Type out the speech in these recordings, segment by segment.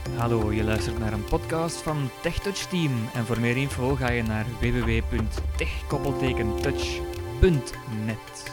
Hallo, je luistert naar een podcast van TechTouch Team. En voor meer info ga je naar www.tech-touch.net.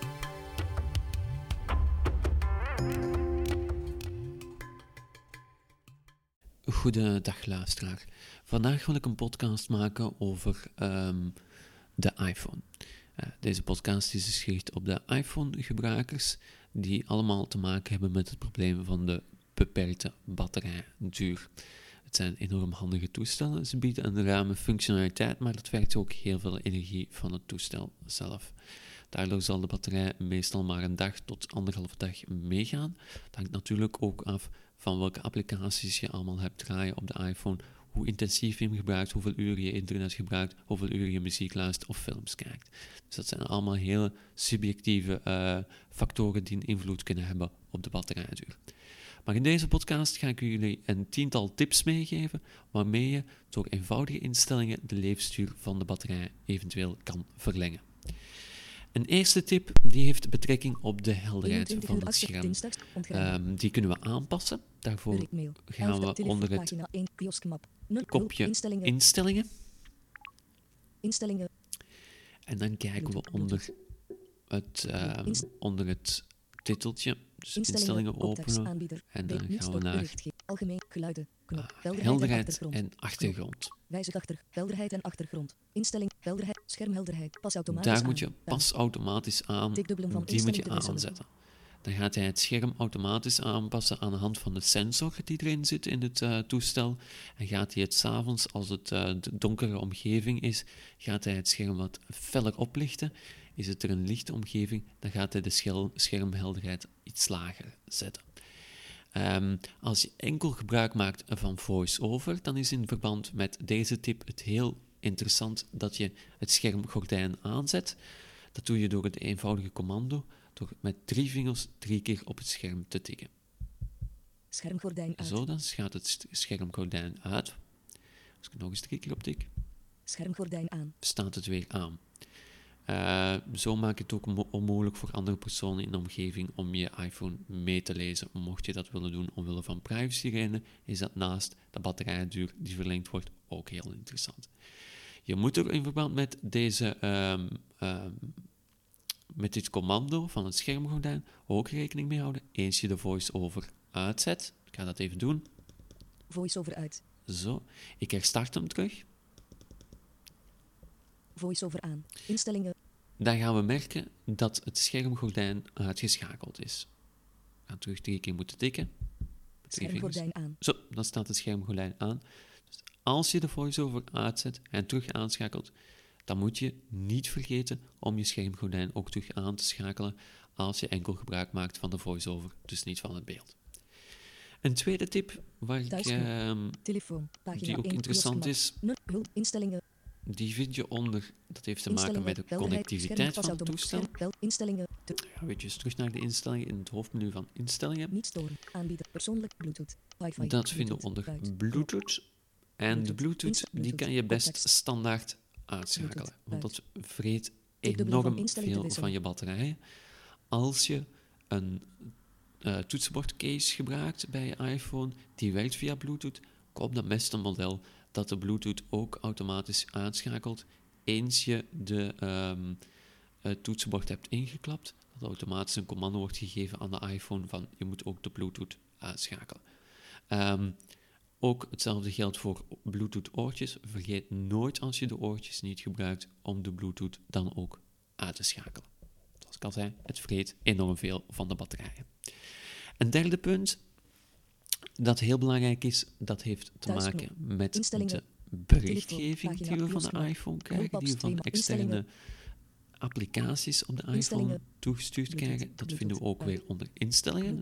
Goedendag luisteraar. Vandaag wil ik een podcast maken over de iPhone. Deze podcast is gericht op de iPhone-gebruikers die allemaal te maken hebben met het probleem van de beperkte batterijduur. Het zijn enorm handige toestellen, ze bieden een ruime functionaliteit, maar dat vergt ook heel veel energie van het toestel zelf. Daardoor zal de batterij meestal maar een dag tot 1,5 dag meegaan. Dat hangt natuurlijk ook af van welke applicaties je allemaal hebt draaien op de iPhone, hoe intensief je hem gebruikt, hoeveel uren je internet gebruikt, hoeveel uren je muziek luistert of films kijkt. Dus dat zijn allemaal hele subjectieve factoren die een invloed kunnen hebben op de batterijduur. Maar in deze podcast ga ik jullie een 10-tal tips meegeven waarmee je door eenvoudige instellingen de levensduur van de batterij eventueel kan verlengen. Een eerste tip die heeft betrekking op de helderheid van het scherm. Die kunnen we aanpassen. Daarvoor gaan we onder het kopje instellingen. En dan kijken we onder het titeltje, dus instellingen openen. En dan gaan we naar algemeen geluiden, knop, helderheid en achtergrond. Wijzig helderheid en achtergrond. Instelling, helderheid, schermhelderheid, pas automatisch Daar moet je pas automatisch aan, die moet je aanzetten. Dan gaat hij het scherm automatisch aanpassen aan de hand van de sensor die erin zit in het toestel. En gaat hij het 's avonds, als het de donkere omgeving is, gaat hij het scherm wat feller oplichten. Is het er een lichte omgeving, dan gaat hij de schermhelderheid iets lager zetten. Als je enkel gebruik maakt van voice-over, dan is in verband met deze tip het heel interessant dat je het schermgordijn aanzet. Dat doe je door het eenvoudige commando, door met 3 vingers 3 keer op het scherm te tikken. Schermgordijn uit. Zo, dan gaat het schermgordijn uit. Als ik nog eens 3 keer op tik, schermgordijn aan. Staat het weer aan. Zo maak je het ook onmogelijk voor andere personen in de omgeving om je iPhone mee te lezen. Mocht je dat willen doen omwille van privacyredenen, is dat naast de batterijduur die verlengd wordt ook heel interessant. Je moet er in verband met met dit commando van het schermgordijn ook rekening mee houden. Eens je de voice-over uitzet, ik ga dat even doen. Voice-over uit. Zo, ik herstart hem terug. Voice-over aan. Instellingen. Dan gaan we merken dat het schermgordijn uitgeschakeld is. We gaan terug 3 keer moeten tikken. Schermgordijn aan. Zo, dan staat het schermgordijn aan. Dus als je de voice-over uitzet en terug aanschakelt, dan moet je niet vergeten om je schermgordijn ook terug aan te schakelen als je enkel gebruik maakt van de voice-over, dus niet van het beeld. Een tweede tip waar telefoon, die ook interessant is, instellingen. die vind je onder, dat heeft te maken met de connectiviteit van het toestel. Instellingen. Gaan we eens terug naar de instellingen in het hoofdmenu van instellingen. Niet storen. Aanbieden. Persoonlijk Bluetooth. Wi-Fi. Dat vinden we onder Bluetooth. En de Bluetooth die kan je best standaard uitschakelen, want dat vreet enorm veel van je batterij. Als je een toetsenbordcase gebruikt bij je iPhone, die werkt via Bluetooth, koop dan best een model dat de Bluetooth ook automatisch uitschakelt. Eens je het toetsenbord hebt ingeklapt, dat automatisch een commando wordt gegeven aan de iPhone van je moet ook de Bluetooth uitschakelen. Ook hetzelfde geldt voor Bluetooth oortjes. Vergeet nooit als je de oortjes niet gebruikt om de Bluetooth dan ook uit te schakelen. Zoals ik al zei, het vreet enorm veel van de batterijen. Een derde punt dat heel belangrijk is, dat heeft te maken met de berichtgeving die we van de iPhone krijgen, die we van externe applicaties op de iPhone toegestuurd krijgen. Dat vinden we ook weer onder instellingen.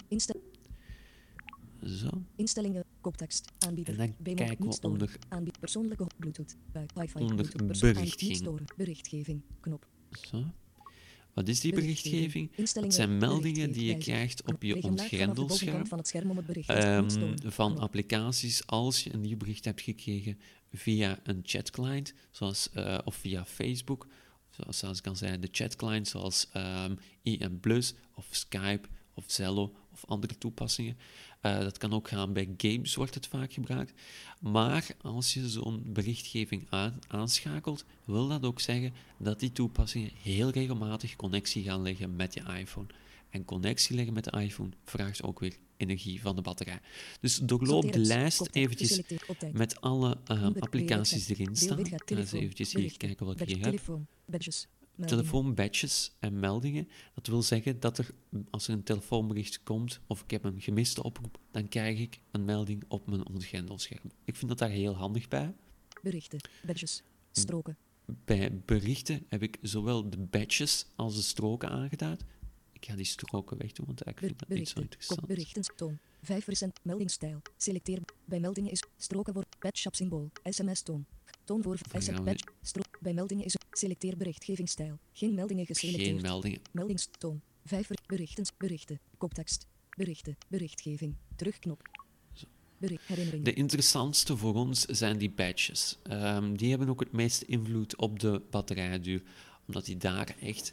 Zo. Instellingen, koptekst, aanbieder. En dan kijken we onder persoonlijke Bluetooth, Wi-Fi, onder berichtgeving, knop. Zo. Wat is die berichtgeving? Het zijn meldingen die je krijgt op je ontgrendelscherm van applicaties als je een nieuw bericht hebt gekregen via een chatclient, of via Facebook, zoals ik al zei, de chatclient zoals IM Plus of Skype of Zello of andere toepassingen. Dat kan ook gaan bij games, wordt het vaak gebruikt. Maar als je zo'n berichtgeving aanschakelt, wil dat ook zeggen dat die toepassingen heel regelmatig connectie gaan leggen met je iPhone. En connectie leggen met de iPhone vraagt ook weer energie van de batterij. Dus doorloop de lijst eventjes met alle applicaties erin staan. Eens eventjes hier kijken wat ik hier heb. Telefoon, badges en meldingen. Dat wil zeggen dat als er een telefoonbericht komt of ik heb een gemiste oproep, dan krijg ik een melding op mijn ontgrendelscherm. Ik vind dat daar heel handig bij. Berichten, badges, stroken. Bij berichten heb ik zowel de badges als de stroken aangedaan. Ik ga die stroken wegdoen, want ik vind dat niet zo interessant. Berichten, toon, 5% meldingstijl. Selecteer. Bij meldingen is stroken voor badge symbool. SMS toon. Toon voor SMS badge. Bij meldingen is selecteer berichtgevingsstijl. Geen meldingen geselecteerd. Geen meldingen. Meldingstoon. 5 berichten. Koptekst. Berichten. Berichtgeving. Terugknop. Herinnering. De interessantste voor ons zijn die badges. Die hebben ook het meeste invloed op de batterijduur. Omdat die daar echt...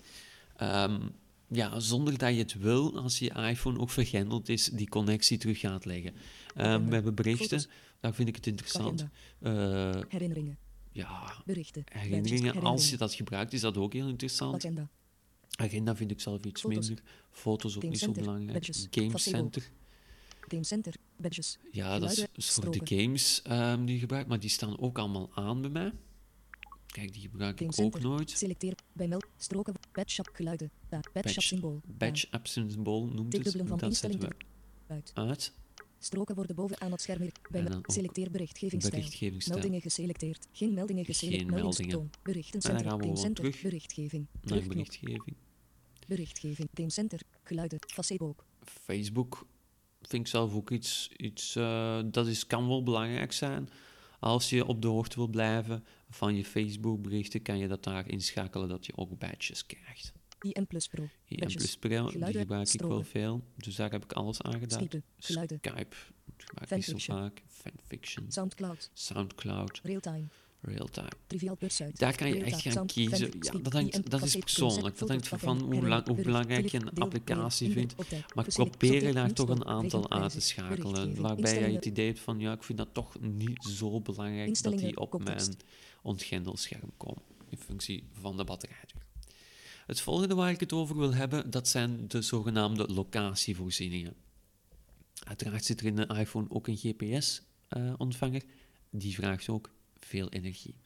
zonder dat je het wil, als je iPhone ook vergrendeld is, die connectie terug gaat leggen. We hebben berichten, foto's. Daar vind ik het interessant. Herinneringen. Ja, berichten. Herinneringen. Als je dat gebruikt, is dat ook heel interessant. Agenda vind ik zelf iets minder. Foto's ook niet zo belangrijk. Badges. Game Center. Game Center, badges. Ja, dat is voor de games die je gebruikt, maar die staan ook allemaal aan bij mij. Kijk, die gebruik ik ook nooit. Selecteer bij meld stroken badge app geluiden. Badge app symbool. Badge app symbool noemt het. Van dat zetten we uit. Stroken worden bovenaan het scherm. Selecteer berichtgevingsstijl. Meldingen geselecteerd. Geen meldingen geselecteerd. Meldingstoon. Berichtencenter. Game Center. Berichtgeving. Berichtgeving. Game Center. Geluiden. Facebook. Facebook vind ik zelf ook iets dat kan wel belangrijk zijn. Als je op de hoogte wil blijven van je Facebook-berichten, kan je dat daar inschakelen dat je ook badges krijgt. IM Plus Pro. IM Plus Pro, die gebruik ik wel veel. Dus daar heb ik alles aan gedaan. Skype, gebruik ik zo vaak. Fanfiction. Soundcloud. Realtime. Trivial Pursuit. Daar kan je echt gaan kiezen. Ja, dat is persoonlijk. Dat hangt van hoe belangrijk je een applicatie vindt. Maar ik probeer daar toch een aantal uit te schakelen. Waarbij je het idee hebt van, ik vind dat toch niet zo belangrijk dat die op mijn ontgrendelscherm komen. In functie van de batterijduur. Het volgende waar ik het over wil hebben, dat zijn de zogenaamde locatievoorzieningen. Uiteraard zit er in de iPhone ook een GPS-ontvanger. Die vraagt ook veel energie.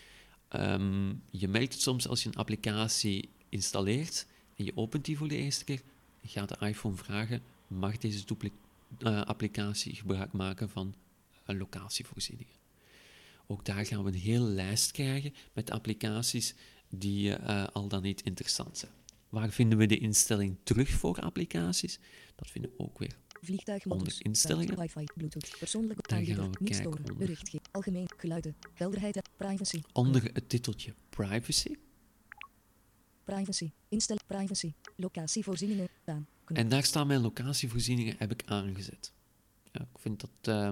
Je merkt het soms als je een applicatie installeert en je opent die voor de eerste keer, gaat de iPhone vragen, mag deze applicatie gebruik maken van locatievoorzieningen. Ook daar gaan we een hele lijst krijgen met applicaties die al dan niet interessant zijn. Waar vinden we de instelling terug voor applicaties? Dat vinden we ook weer onder instellingen. Wi-Fi, Bluetooth, persoonlijke aanbieder, niet storen, berichtgeving, algemeen, geluiden, helderheid en privacy. Onder het titeltje privacy. Privacy, instel privacy, locatievoorzieningen aan. En daar staan mijn locatievoorzieningen, heb ik aangezet. Ja, ik vind dat...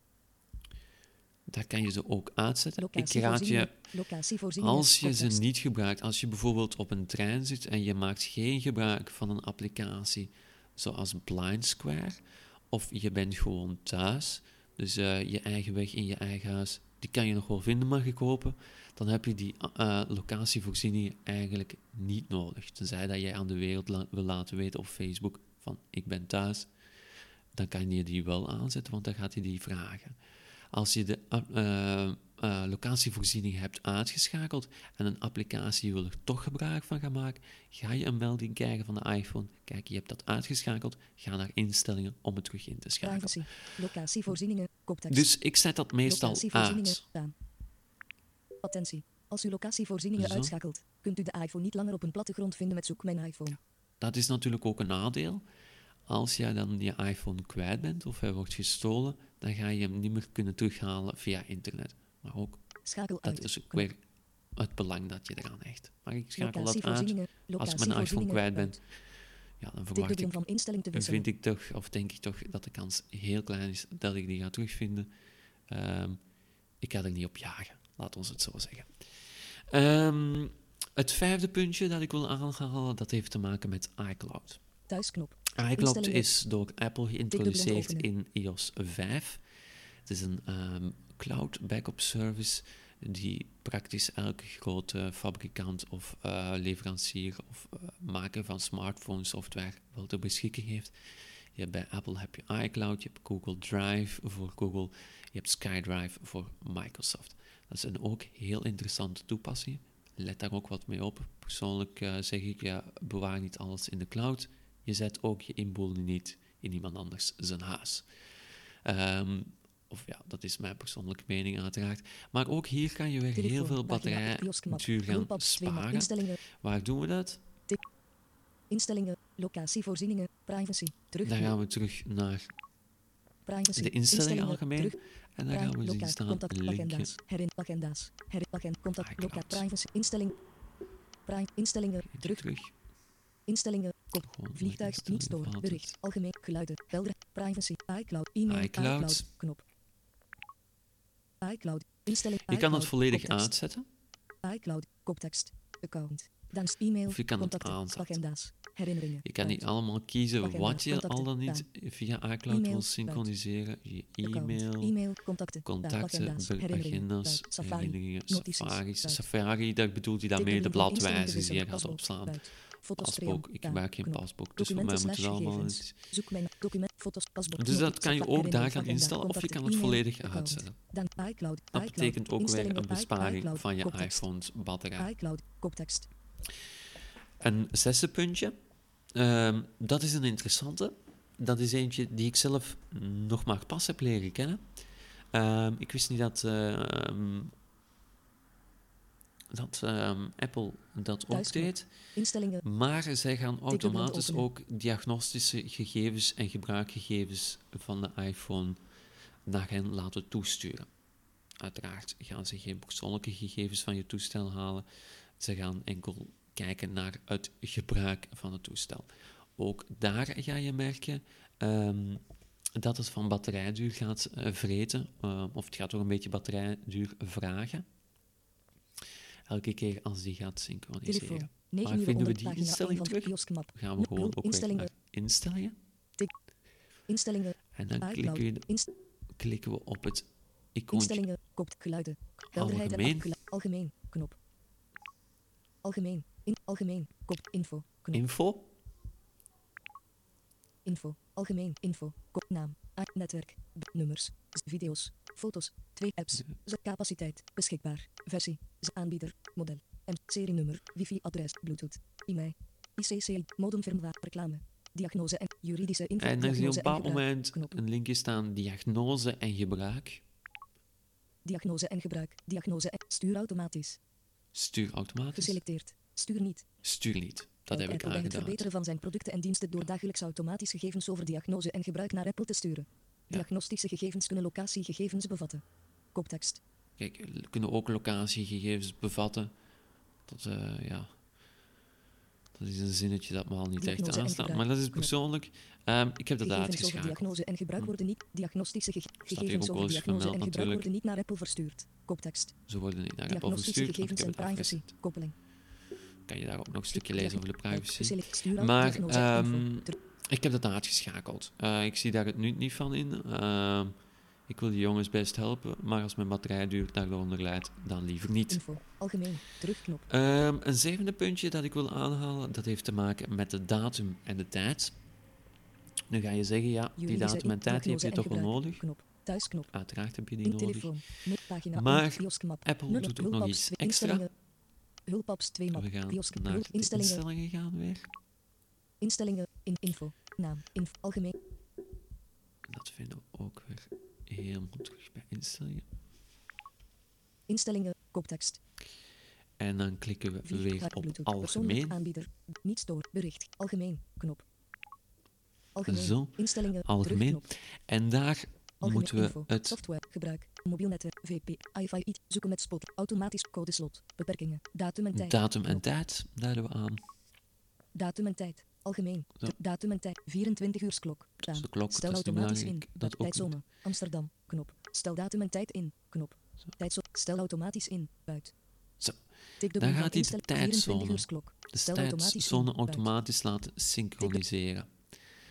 daar kan je ze ook uitzetten. Ik raad je, als je ze niet gebruikt, als je bijvoorbeeld op een trein zit en je maakt geen gebruik van een applicatie zoals Blind Square, of je bent gewoon thuis, dus je eigen weg in je eigen huis, die kan je nog wel vinden, mag ik hopen, dan heb je die locatievoorzieningen eigenlijk niet nodig. Tenzij dat jij aan de wereld wil laten weten op Facebook van ik ben thuis, dan kan je die wel aanzetten, want dan gaat hij die vragen. Als je de locatievoorziening hebt uitgeschakeld en een applicatie wil er toch gebruik van gaan maken, ga je een melding krijgen van de iPhone. Kijk, je hebt dat uitgeschakeld, ga naar instellingen om het terug in te schakelen. Privacy, locatievoorzieningen, koptekst. Dus ik zet dat meestal uit. Attentie, als u locatievoorzieningen uitschakelt, kunt u de iPhone niet langer op een plattegrond vinden met zoek mijn iPhone. Dat is natuurlijk ook een nadeel. Als jij dan je iPhone kwijt bent of hij wordt gestolen, dan ga je hem niet meer kunnen terughalen via internet. Maar ook, dat is ook weer het belang dat je eraan hecht. Maar ik schakel dat uit. Als ik mijn iPhone kwijt ben, dan verwacht ik, vind ik toch, of denk ik toch, dat de kans heel klein is dat ik die ga terugvinden. Ik ga er niet op jagen, laat ons het zo zeggen. Het vijfde puntje dat ik wil aanhalen, dat heeft te maken met iCloud. Thuisknop. iCloud Instellingen. is door Apple geïntroduceerd openen. in iOS 5. Het is een cloud backup service die praktisch elke grote fabrikant of leverancier of maker van smartphone software wel ter beschikking heeft. Bij Apple heb je iCloud, je hebt Google Drive voor Google, je hebt SkyDrive voor Microsoft. Dat zijn ook heel interessante toepassingen. Let daar ook wat mee op. Persoonlijk zeg ik, bewaar niet alles in de cloud. Je zet ook je inboedel niet in iemand anders zijn huis. Dat is mijn persoonlijke mening uiteraard. Maar ook hier kan je weer heel veel batterijduur gaan sparen. Instellingen. Waar doen we dat? Instellingen. Locatievoorzieningen. Privacy. Terug. Dan gaan we terug naar Privacy. de instellingen algemeen. Terug. En dan gaan we zien staan Contact. linken. Agenda's. Agenda's. Contact. iCloud. Privacy. Instellingen. Terug. Instellingen. Gewoon Vliegtuig. instellingen Niet storen. van Bericht. het. Algemeen. Geluiden. Helder. Privacy. iCloud. E-mail. iCloud. Knop. iCloud. Instelling. Je kan het iCloud, volledig koptekst. uitzetten. iCloud. Koptekst. Account. Dan e-mail. Of je kan het contacten. aanzetten. Agenda's. Herinneringen. Je kan niet buiten. allemaal kiezen Agenda, wat je contacten, al dan niet via iCloud E-mail, wil synchroniseren. Je Account. e-mail, E-mail. Contacten. contacten, Agenda's. Herinneringen. agendas, buiten. Safari. herinneringen, Notities. Safari's. Buiten. Safari, daar bedoelt hij daarmee de Instellingen bladwijzers die je gewisseld. gaat Pasboek. opslaan. Buiten. Foto's. Pasboek, ik gebruik geen knop. pasboek, dus voor mij moet het Documenten allemaal slash niet. Zoek mijn document. Foto's. Pasboek. Dus dat notities, kan je Safari, ook daar gaan agenda, instellen, of je contacten, kan het e-mail, volledig account. uitzetten. Dan iCloud. Dat iCloud. betekent ook weer Instellingen, een besparing iCloud, van je koptekst. iPhone's batterij. iCloud. Koptekst. Een zesde puntje, dat is een interessante. Dat is eentje die ik zelf nog maar pas heb leren kennen. Ik wist niet dat Apple dat ook Thuisknop. deed. Instellingen. Maar zij gaan automatisch openen. ook diagnostische gegevens en gebruikgegevens van de iPhone naar hen laten toesturen. Uiteraard gaan ze geen persoonlijke gegevens van je toestel halen. Ze gaan enkel kijken naar het gebruik van het toestel. Ook daar ga je merken dat het van batterijduur gaat vreten, of het gaat ook een beetje batterijduur vragen. Elke keer als die gaat synchroniseren. Telefoon. 9 Waar uur vinden we onder die pagina 1 instelling van de terug? kioskmap. Gaan we gewoon ook weer Instellingen. naar instellingen. Instellingen. En dan iCloud. klikken we op het icoontje. Instellingen. Kopt geluiden. Helderheid en Algemeen. algemeen. Knop. Algemeen. Algemeen. Kopt info. Knop. Info. Info. Algemeen. Info. Naam. Netwerk. Nummers. Video's. Foto's. 2 apps. Capaciteit. Beschikbaar. Versie. Aanbieder. Model. Serienummer. Wifi-adres. Bluetooth. E-mail. ICC. Modem firmware. Reclame. Diagnose en juridische info. En dan zie je op Diagnose een en bepaald gebruik. moment Knop. een linkje staan, diagnose en gebruik. Diagnose en gebruik. Diagnose en stuur automatisch. Stuur automatisch. Geselecteerd. Stuur niet. Stuur niet. Dat heb ik Apple bij het aangeduid. verbeteren van zijn producten en diensten door dagelijks automatisch gegevens over diagnose en gebruik naar Apple te sturen. Ja. Diagnostische gegevens kunnen locatiegegevens bevatten. Koptekst. Kijk, we kunnen ook locatiegegevens bevatten. Dat is een zinnetje dat me al niet echt Diagnose en aanstaat. gebruik. Maar dat is Knop. persoonlijk. Ik heb dat Gegevens over uitgeschakeld. diagnose en gebruik worden niet. Diagnostische hier gegevens ook over wel eens diagnose en vermeld, gebruik natuurlijk. worden niet naar Apple verstuurd. Koptekst. Ze worden niet naar Apple Diagnostische verstuurd, want ik gegevens heb en het privacy. afgezet. Koppeling. Kan je daar ook nog een stukje lezen over de privacy. Stuur Maar diagnose en info. ik heb dat uitgeschakeld. Ik zie daar het nut niet van in. Ik wil die jongens best helpen, maar als mijn batterijduur daaronder leidt, dan liever niet. Info. Algemeen. Terugknop. Een zevende puntje dat ik wil aanhalen, dat heeft te maken met de datum en de tijd. Nu ga je zeggen, ja, die Juridische datum en tijd die heb diagnose je en toch wel gebruik. nodig. Knop. Thuisknop. Uiteraard heb je die In nodig. telefoon. Pagina. Maar Kioskmap. Apple doet ook nog iets extra. Instellingen. Hulpapps 2 map. We gaan Kiosk. naar de Instellingen. instellingen gaan weer. Instellingen. Info. Naam. Algemeen. Dat vinden we ook weer helemaal terug bij instellingen. Instellingen. Koptekst. En dan klikken we weer op Bluetooth. algemeen. Persoonlijk aanbieder. Niet stoor. Bericht. Algemeen. Knop. Algemeen. Zo, Instellingen. algemeen. Terugknop. En daar Algemeen moeten we info. het Software. Gebruik. Mobielnetten. VP. Wi-Fi. Zoeken met spot. Automatisch codeslot. Beperkingen. Datum en tijd. datum en Knop. tijd duiden we aan. Datum en tijd. Algemeen. Zo. Datum en tijd. 24-uursklok. Dat is de klok, Stel dat is niet automatisch in. belangrijk. Dat ook Tijdzone. Amsterdam. Knop. Stel datum en tijd in. Knop. Zo. Tijdzone. Stel automatisch in. Buit. Zo. Tik de Dan boel gaat van hij de instellen- tijdzone. 24-uursklok. De Stel automatisch tijdzone in. Buit. automatisch laten synchroniseren.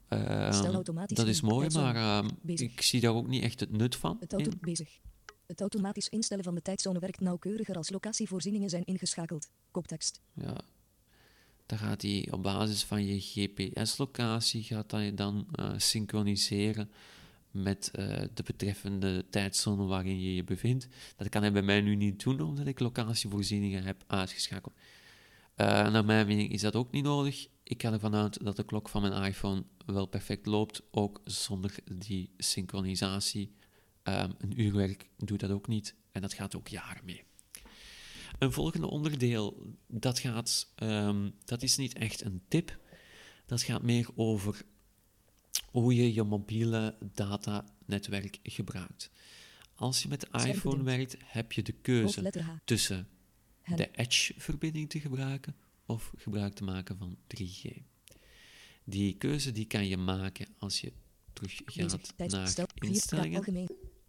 Stel automatisch dat is in. mooi, Tijdzone. maar Bezig. ik zie daar ook niet echt het nut van in. Bezig. Het automatisch instellen van de tijdzone werkt nauwkeuriger als locatievoorzieningen zijn ingeschakeld. Koptekst. Ja, daar gaat hij op basis van je GPS-locatie gaat hij dan synchroniseren met de betreffende tijdzone waarin je je bevindt. Dat kan hij bij mij nu niet doen, omdat ik locatievoorzieningen heb uitgeschakeld. Naar mijn mening is dat ook niet nodig. Ik ga ervan uit dat de klok van mijn iPhone wel perfect loopt, ook zonder die synchronisatie. Een uurwerk doet dat ook niet en dat gaat ook jaren mee. Een volgende onderdeel, dat is niet echt een tip. Dat gaat meer over hoe je je mobiele datanetwerk gebruikt. Als je met de iPhone werkt, heb je de keuze Hoofdletter H. tussen de Edge-verbinding te gebruiken of gebruik te maken van 3G. Die keuze die kan je maken als je terug gaat naar instellingen.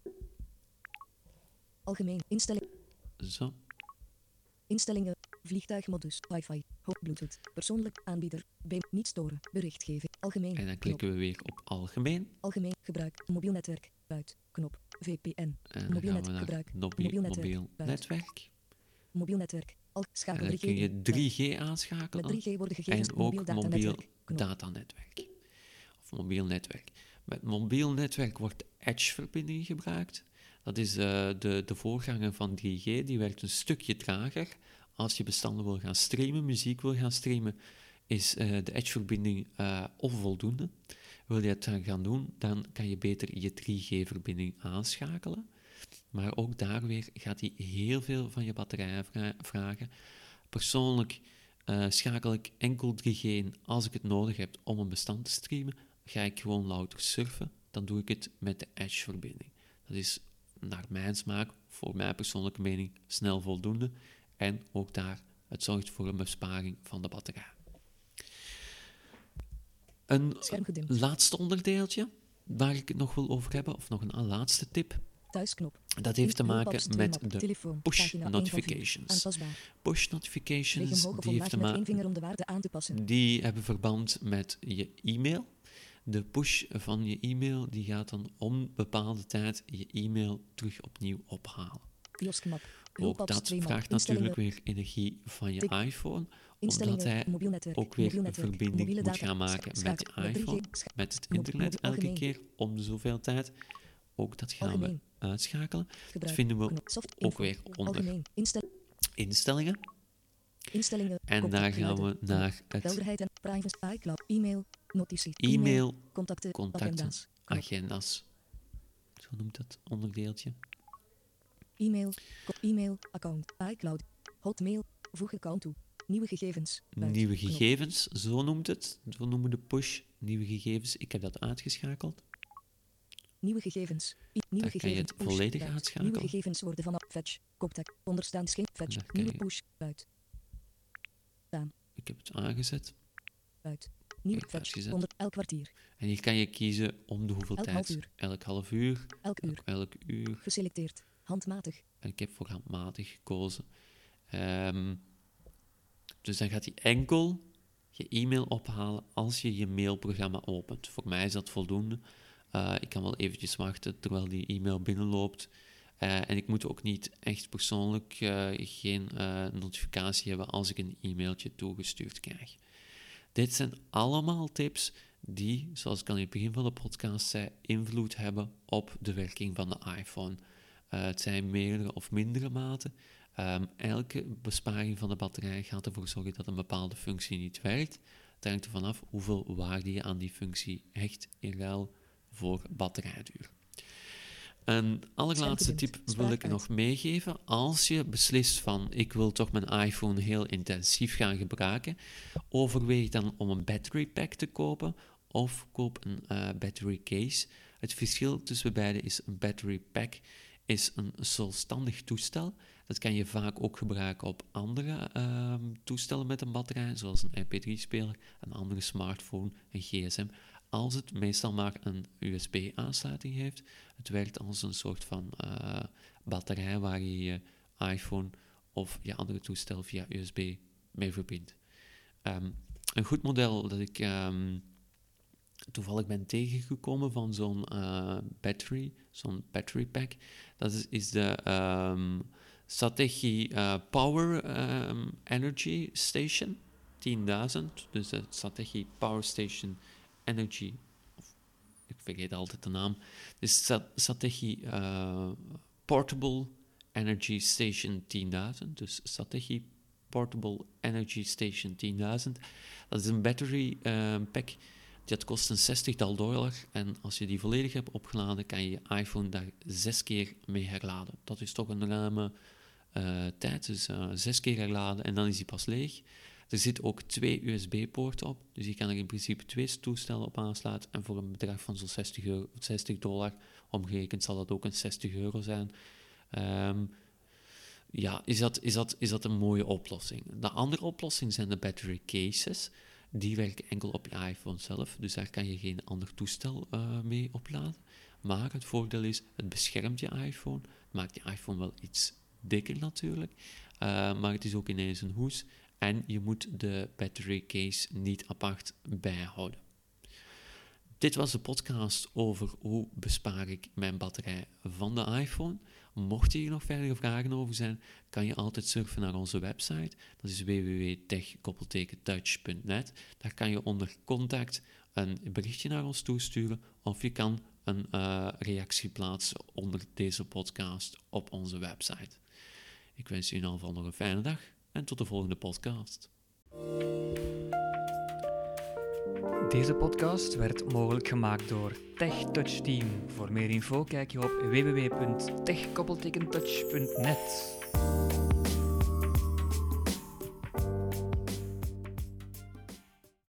Algemeen. Instellingen. Zo. Instellingen. Vliegtuigmodus. Wi-Fi. Bluetooth. Persoonlijk aanbieder. Niet storen. Berichtgeving. Algemeen. En dan klikken we weer op algemeen. Algemeen gebruik. Mobiel netwerk. Buit. Knop. VPN. En dan Mobiel gaan we naar gebruik. mobiel netwerk. Mobiel netwerk. Schakel En dan 3G. kun je 3G aanschakelen. Met 3G worden gegevens en ook mobiel datanetwerk. Of mobiel netwerk. Met mobiel netwerk wordt Edge-verbinding gebruikt. Dat is de voorganger van 3G. Die werkt een stukje trager. Als je bestanden wil gaan streamen, muziek wil gaan streamen, is de Edge-verbinding onvoldoende. Wil je het gaan doen, dan kan je beter je 3G-verbinding aanschakelen. Maar ook daar weer gaat hij heel veel van je batterij vragen. Persoonlijk schakel ik enkel 3G in als ik het nodig heb om een bestand te streamen. Ga ik gewoon louter surfen, dan doe ik het met de Edge-verbinding. Dat is naar mijn smaak, voor mijn persoonlijke mening, snel voldoende. En ook daar, het zorgt voor een besparing van de batterij. Een laatste onderdeeltje, waar ik het nog wil over hebben, of nog een laatste tip. Thuisknop. Dat heeft te maken met de push notifications. Push notifications, die hebben verband met je e-mail. De push van je e-mail, die gaat dan om bepaalde tijd je e-mail terug opnieuw ophalen. Ook dat vraagt natuurlijk weer energie van je iPhone, omdat hij ook weer een verbinding moet gaan maken met je iPhone, met het internet elke keer om de zoveel tijd. Ook dat gaan we uitschakelen. Dat vinden we ook weer onder instellingen. En daar gaan we naar het e-mail, contacten, agenda's. Zo noemt dat onderdeeltje. E-mail, account, iCloud, Hotmail, voeg account toe. Nieuwe gegevens. Nieuwe gegevens, zo noemt het. Zo noemen we de push. Nieuwe gegevens, ik heb dat uitgeschakeld. Nieuwe gegevens. Daar kan je het volledig uitschakelen. Nieuwe gegevens worden vanaf fetch. Koptek. Onderstaan scheen. Fetch. Nieuwe push. Buit. Ik heb het aangezet. Buit. Nieuwe fetch. Onder elk kwartier. En hier kan je kiezen om de hoeveel tijd. Elk half uur. Elk uur. Geselecteerd. Handmatig. En ik heb voor handmatig gekozen. Dus dan gaat hij enkel je e-mail ophalen als je je mailprogramma opent. Voor mij is dat voldoende. Ik kan wel eventjes wachten terwijl die e-mail binnenloopt. En ik moet ook niet echt persoonlijk geen notificatie hebben als ik een e-mailtje toegestuurd krijg. Dit zijn allemaal tips die, zoals ik al in het begin van de podcast zei, invloed hebben op de werking van de iPhone. Het zijn meerdere of mindere maten. Elke besparing van de batterij gaat ervoor zorgen dat een bepaalde functie niet werkt. Het hangt er vanaf hoeveel waarde je aan die functie hecht in ruil voor batterijduur. Een allerlaatste tip wil ik nog meegeven. Als je beslist van ik wil toch mijn iPhone heel intensief gaan gebruiken, overweeg dan om een battery pack te kopen of koop een battery case. Het verschil tussen beide is een battery pack is een zelfstandig toestel. Dat kan je vaak ook gebruiken op andere toestellen met een batterij, zoals een MP3-speler, een andere smartphone, een gsm. Als het meestal maar een USB-aansluiting heeft, het werkt als een soort van batterij waar je je iPhone of je andere toestel via USB mee verbindt. Een goed model dat ik toevallig ben tegengekomen van zo'n battery pack. Dat is de Satechi Power Energy Station 10.000. Dus de Satechi Power Station Energy, ik vergeet altijd de naam. Dus Satechi Portable Energy Station 10.000. Dus Satechi Portable Energy Station 10.000. Dat is een battery pack. Dat kost $60. En als je die volledig hebt opgeladen, kan je je iPhone daar 6 keer mee herladen. Dat is toch een ruime tijd. Dus 6 keer herladen en dan is die pas leeg. Er zit ook 2 USB-poorten op. Dus je kan er in principe 2 toestellen op aansluiten. En voor een bedrag van zo'n $60 omgerekend zal dat ook een €60 zijn. Is dat een mooie oplossing. De andere oplossing zijn de battery cases. Die werken enkel op je iPhone zelf, dus daar kan je geen ander toestel mee opladen. Maar het voordeel is, het beschermt je iPhone. Het maakt je iPhone wel iets dikker natuurlijk, maar het is ook ineens een hoes. En je moet de battery case niet apart bijhouden. Dit was de podcast over hoe bespaar ik mijn batterij van de iPhone. Mocht hier nog verdere vragen over zijn, kan je altijd surfen naar onze website. Dat is www.tech-touch.net. Daar kan je onder contact een berichtje naar ons toesturen of je kan een reactie plaatsen onder deze podcast op onze website. Ik wens u in ieder geval nog een fijne dag en tot de volgende podcast. Deze podcast werd mogelijk gemaakt door TechTouch Team. Voor meer info kijk je op www.tech-touch.net.